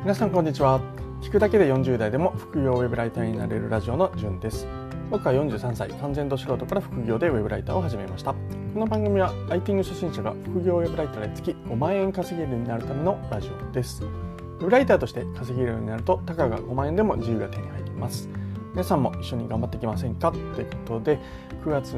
皆さんこんにちは。聞くだけで40代でも副業ウェブライターになれるラジオのじゅんです。僕は43歳、完全ど素人から副業でウェブライターを始めました。この番組は IT の初心者が副業ウェブライターで月5万円稼げるようになるためのラジオです。ウェブライターとして稼げるようになるとたかが5万円でも自由が手に入ります。皆さんも一緒に頑張っていきませんかということで、9月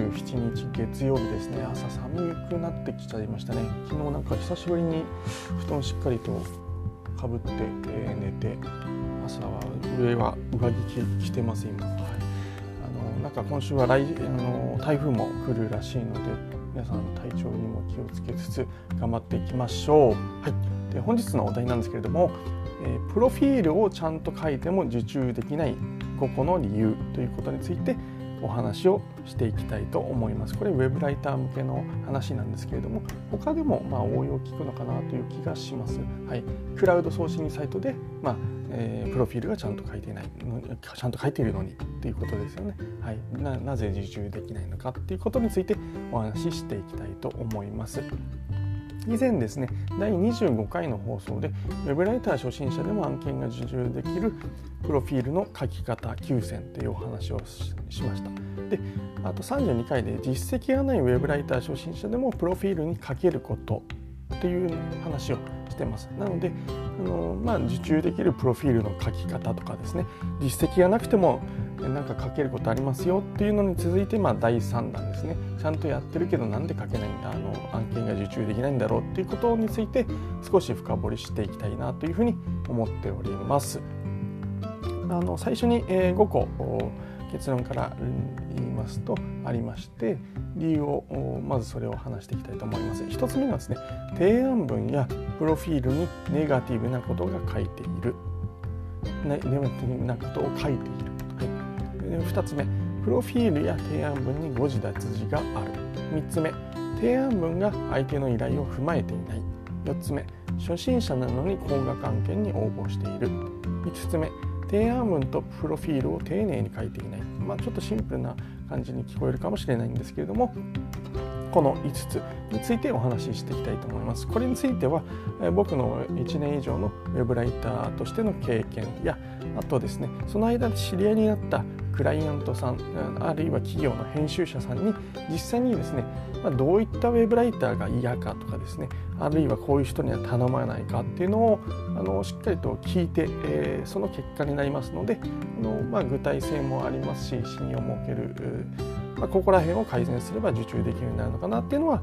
27日月曜日ですね。朝寒くなってきちゃいましたね。昨日なんか久しぶりに布団しっかりとかぶって、寝て、朝は上は上着着てます今。なんか今週は台風も来るらしいので、皆さん体調にも気をつけつつ頑張っていきましょう。はい。で、本日のお題なんですけれども、プロフィールをちゃんと書いても受注できない5個の理由ということについてお話をしていきたいと思います。これウェブライター向けの話なんですけれども、他でも応用聞くのかなという気がします。はい、クラウドソーシングサイトで、プロフィールがちゃんと書いていないちゃんと書いているのにということですよね。はい、なぜ受注できないのかということについてお話ししていきたいと思います。以前ですね、第25回の放送でウェブライター初心者でも案件が受注できるプロフィールの書き方9選というお話をしました。で、あと32回で実績がないウェブライター初心者でもプロフィールに書けることっていう話をしてます。なので受注できるプロフィールの書き方とかですね、実績がなくてもなんか書けることありますよっていうのに続いて、第3弾ですね。ちゃんとやってるけどなんで書けない案件が受注できないんだろうっていうことについて少し深掘りしていきたいなというふうに思っております。最初に5個結論から言いますとありまして、理由をまずそれを話していきたいと思います。1つ目がですね、提案文やプロフィールにネガティブなことが書いている。ネガティブなことを書いている。2つ目、プロフィールや提案文に誤字脱字がある。3つ目、提案文が相手の依頼を踏まえていない。4つ目、初心者なのに高額案件に応募している。5つ目、提案文とプロフィールを丁寧に書いていない。ちょっとシンプルな感じに聞こえるかもしれないんですけれども、この5つについてお話ししていきたいと思います。これについては僕の1年以上のウェブライターとしての経験や、あとですね、その間で知り合いになったクライアントさん、あるいは企業の編集者さんに実際にですね、どういったウェブライターが嫌かとかですね、あるいはこういう人には頼まないかっていうのをしっかりと聞いて、その結果になりますので、具体性もありますし、信用も受ける、ここら辺を改善すれば受注できるようになるのかなっていうのは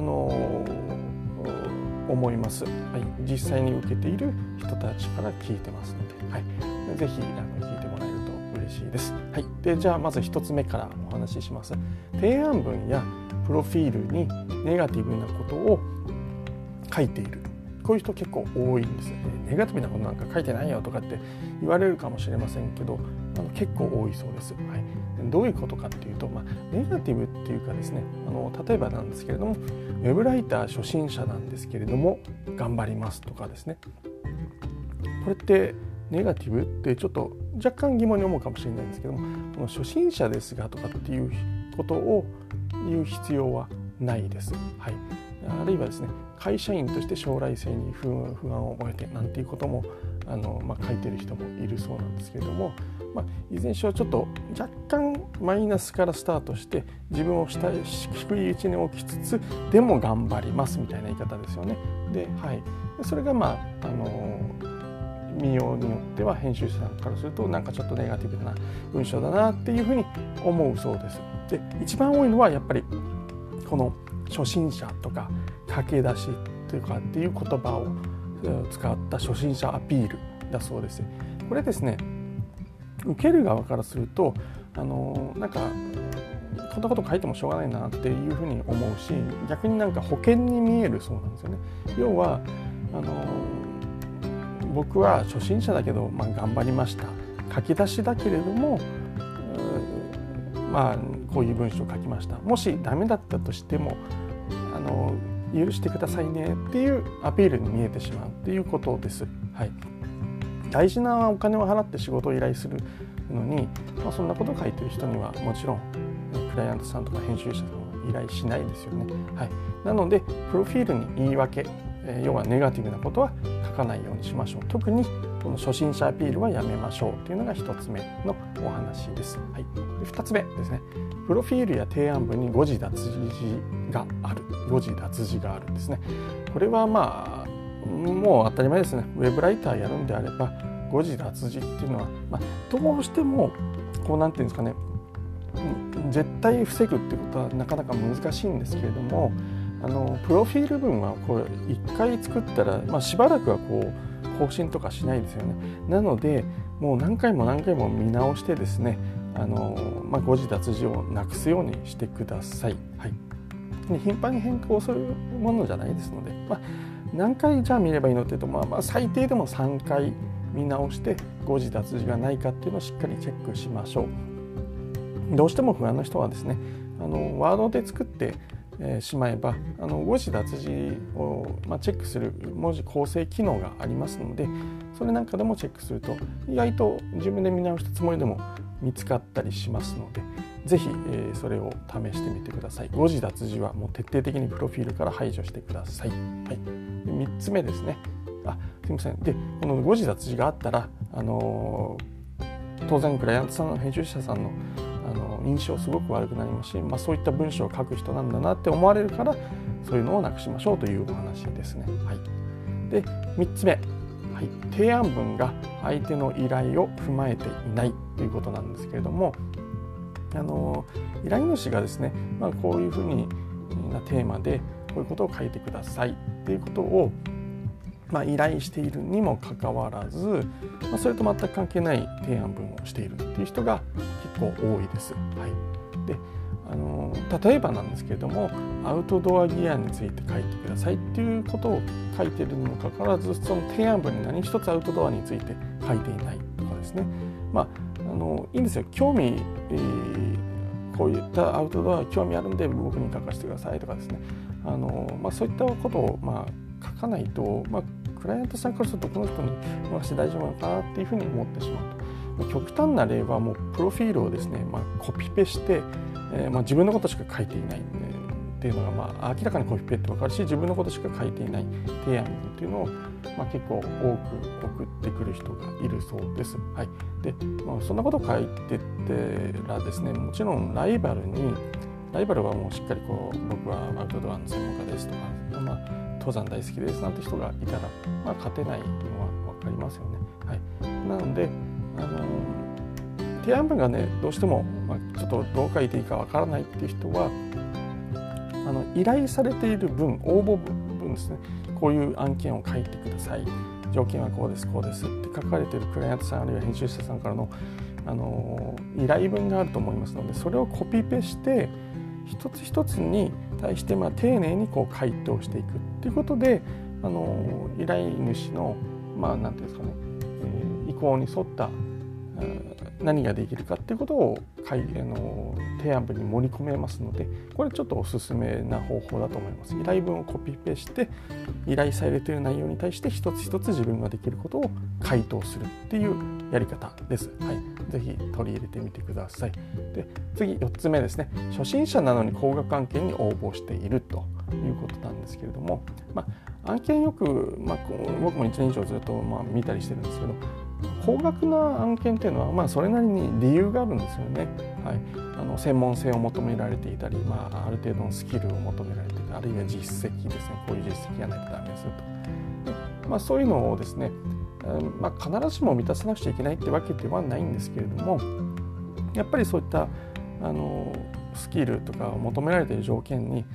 思います。はい、実際に受けている人たちから聞いてますので、はい、ぜひ聞いてもらえると嬉しいです。はい、でじゃあまず1つ目からお話しします。提案文やプロフィールにネガティブなことを書いている。こういう人結構多いんですよね。ネガティブなことなんか書いてないよとかって言われるかもしれませんけど、結構多いそうです。はい、どういうことかっていうと、ネガティブっていうかですね、例えばなんですけれども、ウェブライター初心者なんですけれども頑張りますとかですね、これってネガティブってちょっと若干疑問に思うかもしれないんですけども、この初心者ですがとかっていうことを言う必要はないです。はい、あるいはですね、会社員として将来性に不安を覚えてなんていうことも書いてる人もいるそうなんですけれども、いずれにしろちょっと若干マイナスからスタートして自分を低い位置に置きつつでも頑張りますみたいな言い方ですよね。で、はい、それが見ようによっては編集者さんからするとなんかちょっとネガティブな文章だなっていうふうに思うそうです。で、一番多いのはやっぱりこの初心者とか駆け出しというかっていう言葉を使った初心者アピールだそうです。これですね、受ける側からするとなんかこんなこと書いてもしょうがないなっていうふうに思うし、逆になんか保険に見えるそうなんですよね。要は僕は初心者だけど、頑張りました、書き出しだけれどもこういう文章を書きました、もしダメだったとしても許してくださいねっていうアピールに見えてしまうっていうことです。はい、大事なお金を払って仕事を依頼するのに、そんなことを書いてる人にはもちろんクライアントさんとか編集者さんは依頼しないですよね。はい、なのでプロフィールに言い訳、要はネガティブなことは書かかないようにしましょう。特にこの初心者アピールはやめましょうというのが1つ目のお話です。はい、で2つ目ですね。プロフィールや提案文に誤字脱字があるんですね。これはもう当たり前ですね。ウェブライターやるんであれば誤字脱字っていうのは、どうしてもなんていうんですかね、絶対防ぐっていうことはなかなか難しいんですけれども、プロフィール文は1回作ったら、しばらくは更新とかしないですよね。なのでもう何回も見直してですね、誤字脱字をなくすようにしてください。はい、で頻繁に変更するものじゃないですので、何回じゃあ見ればいいのっていうと、最低でも3回見直して誤字脱字がないかっていうのをしっかりチェックしましょう。どうしても不安な人はですね、ワードで作ってしまえば誤字脱字をチェックする文字構成機能がありますので、それなんかでもチェックすると意外と自分で見直したつもりでも見つかったりしますので、ぜひそれを試してみてください。誤字脱字はもう徹底的にプロフィールから排除してください。はい、で3つ目ですね。すいません。でこの誤字脱字があったら当然クライアントさん、編集者さんの印象すごく悪くなりますし、そういった文章を書く人なんだなって思われるから、そういうのをなくしましょうというお話ですね。はい、で3つ目、提案文が相手の依頼を踏まえていないということなんですけれども、依頼主がですね、こういうふうなテーマでこういうことを書いてくださいっていうことを依頼しているにもかかわらず、それと全く関係ない提案文をしているっていう人が結構多いです。はい、で例えばなんですけれども、アウトドアギアについて書いてくださいっていうことを書いているにもかかわらず、その提案文に何一つアウトドアについて書いていないとかですね、いいんですよ。こういったアウトドア興味あるんで僕に書かせてくださいとかですね、そういったことを書かないと、クライアントさんからするとこの人に任せて大丈夫なのかなっていうふうに思ってしまうと。極端な例はもうプロフィールをですね、コピペして、自分のことしか書いていないっていうのが、明らかにコピペって分かるし、自分のことしか書いていない提案文っていうのを、結構多く送ってくる人がいるそうです。はい、でそんなことを書いてったらですね、もちろんライバルはもうしっかり僕はアウトドアの専門家ですとか、登山大好きですなんて人がいたら、勝てないのは分かりますよね。はい、なので提案文がね、どうしても、ちょっとどう書いていいか分からないっていう人は、依頼されている文、応募文ですね、こういう案件を書いてください、条件はこうですって書かれているクライアントさんあるいは編集者さんからの、依頼文があると思いますので、それをコピペして一つ一つに対して丁寧に回答していくということで、依頼主のなんていうんですかね、意向に沿った何ができるかっていうことを提案文に盛り込めますので、これちょっとおすすめな方法だと思います。依頼文をコピペして依頼されている内容に対して一つ一つ自分ができることを回答するっていうやり方です。はい、ぜひ取り入れてみてください。で次4つ目ですね。初心者なのに高額案件に応募しているということなんですけれども、案件よく、僕も1年以上ずっと見たりしてるんですけど、高額な案件っていうのは、それなりに理由があるんですよね。はい、専門性を求められていたり、ある程度のスキルを求められていたり、あるいは実績ですね、こういう実績がないとダメですよと。でそういうのをですね、必ずしも満たさなくちゃいけないってわけではないんですけれども、やっぱりそういったスキルとかを求められている条件に、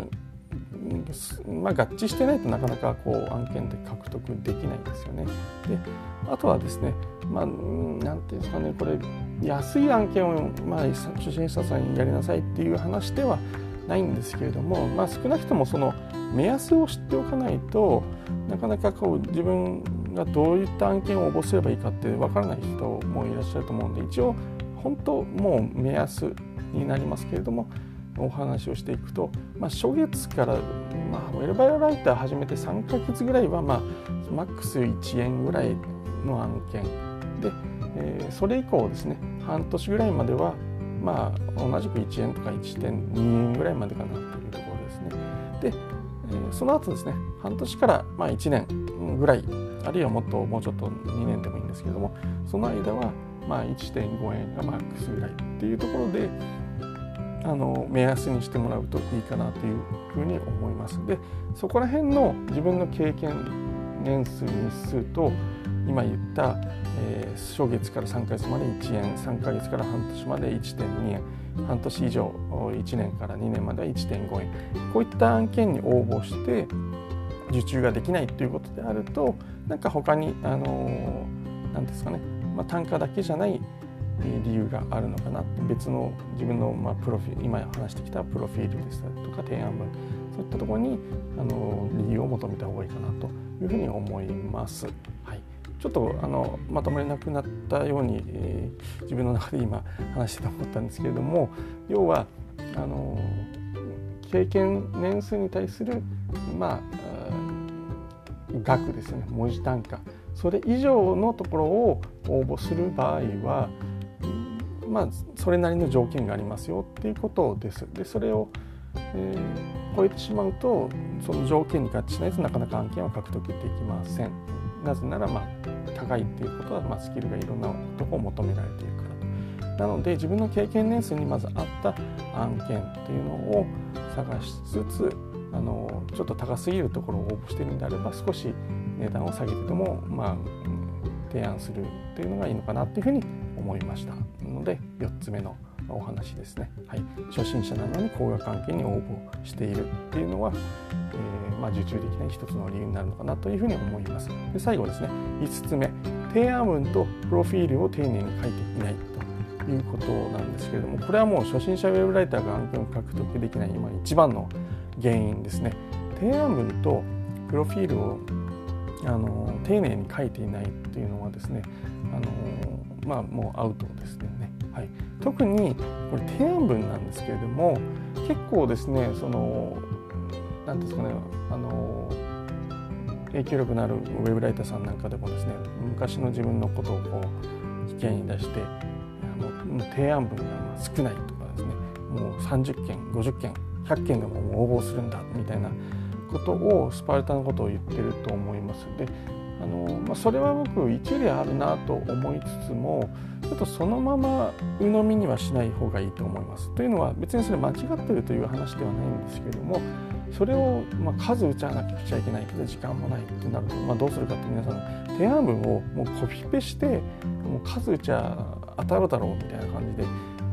合致してないとなかなか案件で獲得できないんですよね。であとはですね、なんていうんですかね、これ安い案件を、初心者さんにやりなさいっていう話ではないんですけれども、少なくともその目安を知っておかないとなかなか自分がどういった案件を応募すればいいかってわからない人もいらっしゃると思うので、一応本当もう目安になりますけれども、お話をしていくと、初月から、ウェルバイライター始めて3ヶ月ぐらいは、マックス1円ぐらいの案件で、それ以降ですね、半年ぐらいまでは、同じく1円とか 1.2 円ぐらいまでかなというところですね。で、その後ですね、半年から1年ぐらいあるいはもうちょっと2年でもいいんですけれども、その間は1.5 円がマックスぐらいっていうところで目安にしてもらうといいかなというふうに思います。でそこら辺の自分の経験年数日数と今言った、初月から3ヶ月まで1円、3ヶ月から半年まで 1.2 円、半年以上1年から2年までは 1.5 円、こういった案件に応募して受注ができないということであると、なんか他に何ですかね、単価だけじゃない理由があるのかな、別の自分のプロフィール、今話してきたプロフィールですとか提案文、そういったところに理由を求めた方がいいかなというふうに思います。はい、ちょっとまとまりなくなったように、自分の中で今話してて思ったんですけれども、要は経験年数に対する額ですね、文字単価、それ以上のところを応募する場合はそれなりの条件がありますよっていうことです。でそれを、超えてしまうとその条件に合致しないとなかなか案件は獲得できません。なぜなら高いっていうことはスキルがいろんなところを求められているからと。なので自分の経験年数にまず合った案件っていうのを探しつつ、ちょっと高すぎるところを応募しているのであれば少し値段を下げてでも提案するっていうのがいいのかなっていうふうに思いましたので、4つ目のお話ですね。はい、初心者なのに高額案件に応募しているっていうのは、受注できない一つの理由になるのかなというふうに思います。で最後ですね、5つ目、提案文とプロフィールを丁寧に書いていないということなんですけれども、これはもう初心者ウェブライターが案件を獲得できない今一番の原因ですね。提案文とプロフィールを丁寧に書いていないっていうのはですね、もうアウトですね。はい、特にこれ提案文なんですけれども、結構ですね、何ですかね、影響力のあるウェブライターさんなんかでもですね、昔の自分のことを意見に出して提案文が少ないとかですね、もう30件50件100件でも応募するんだみたいなことをスパルタなことを言ってると思います。でそれは僕一理あるなと思いつつも、ちょっとそのまま鵜呑みにはしない方がいいと思います。というのは別にそれ間違ってるという話ではないんですけれども、それを数打ちゃなくちゃいけないけど時間もないってなると、どうするかって皆さん提案文をもうコピペしてもう数打ちゃ当たるだろうみたいな感じで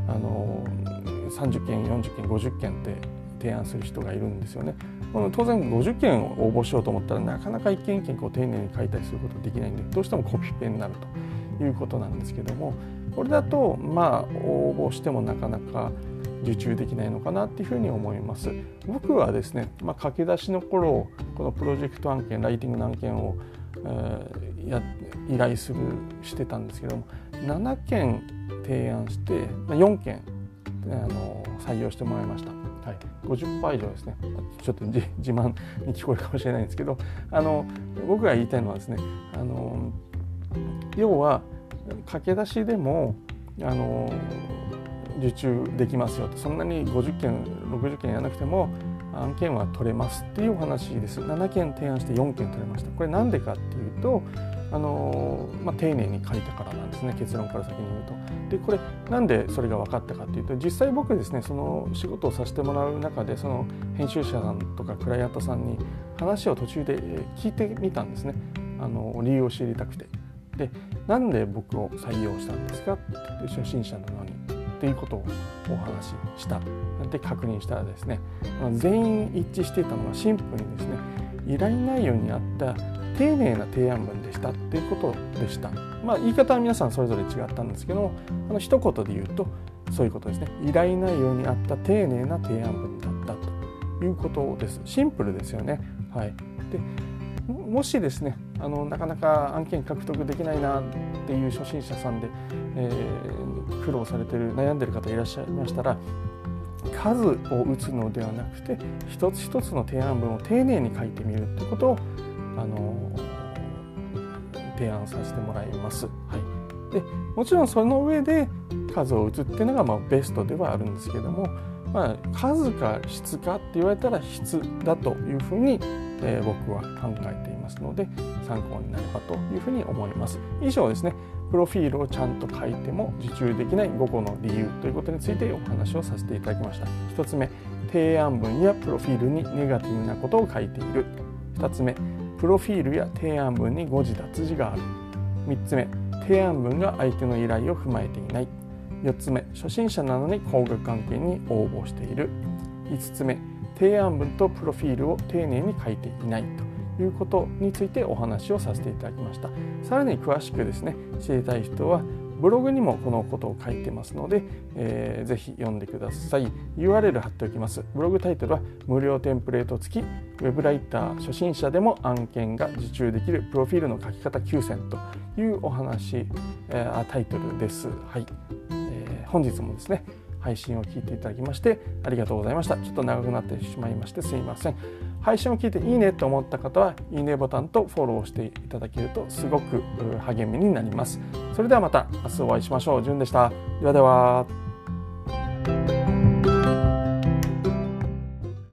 30件40件50件って提案する人がいるんですよね。当然50件を応募しようと思ったらなかなか一件一件丁寧に書いたりすることができないんで、どうしてもコピペになるということなんですけども、これだと応募してもなかなか受注できないのかなっていうふうに思います。僕はですね、駆け出しの頃このプロジェクト案件、ライティングの案件を、依頼してたんですけども、7件提案して4件採用してもらいました。はい、50% 以上ですね。ちょっと自慢に聞こえるかもしれないんですけど、僕が言いたいのはですね、要は駆け出しでも受注できますよと、そんなに50件60件やらなくても案件は取れますっていうお話です。7件提案して4件取れました。これなんでかっていうと丁寧に書いたからなんですね、結論から先に言うと。でこれなんでそれが分かったかっていうと、実際僕ですね、その仕事をさせてもらう中でその編集者さんとかクライアントさんに話を途中で聞いてみたんですね。理由を知りたくて。でなんで僕を採用したんですかって初心者なのにっていうことをお話ししたで確認したらですね、全員一致していたのはシンプルにですね、依頼内容に合った丁寧な提案文でしたっていうことでした。言い方は皆さんそれぞれ違ったんですけども、一言で言うとそういうことですね。依頼内容に合った丁寧な提案文だったということです。シンプルですよね。はい。でもしですね、なかなか案件獲得できないなっていう初心者さんで、苦労されてる悩んでる方いらっしゃいましたら、数を打つのではなくて一つ一つの提案文を丁寧に書いてみるということを提案させてもらいます。はい、でもちろんその上で数を打つっていうのがベストではあるんですけども、数か質かって言われたら質だというふうに僕は考えていますので、参考になればというふうに思います。以上ですね、プロフィールをちゃんと書いても受注できない5個の理由ということについてお話をさせていただきました。1つ目、提案文やプロフィールにネガティブなことを書いている。2つ目、プロフィールや提案文に誤字脱字がある。3つ目、提案文が相手の依頼を踏まえていない。4つ目、初心者なのに高額関係に応募している。5つ目、提案文とプロフィールを丁寧に書いていないということについてお話をさせていただきました。さらに詳しくですね、知りたい人はブログにもこのことを書いてますので、ぜひ読んでください。 URL 貼っておきます。ブログタイトルは無料テンプレート付きウェブライター初心者でも案件が受注できるプロフィールの書き方9選というお話、タイトルです。はい、本日もですね配信を聞いていただきましてありがとうございました。ちょっと長くなってしまいましてすいません。配信を聞いていいねと思った方はいいねボタンとフォローしていただけるとすごく励みになります。それではまた明日お会いしましょう。じゅんでした。ではでは。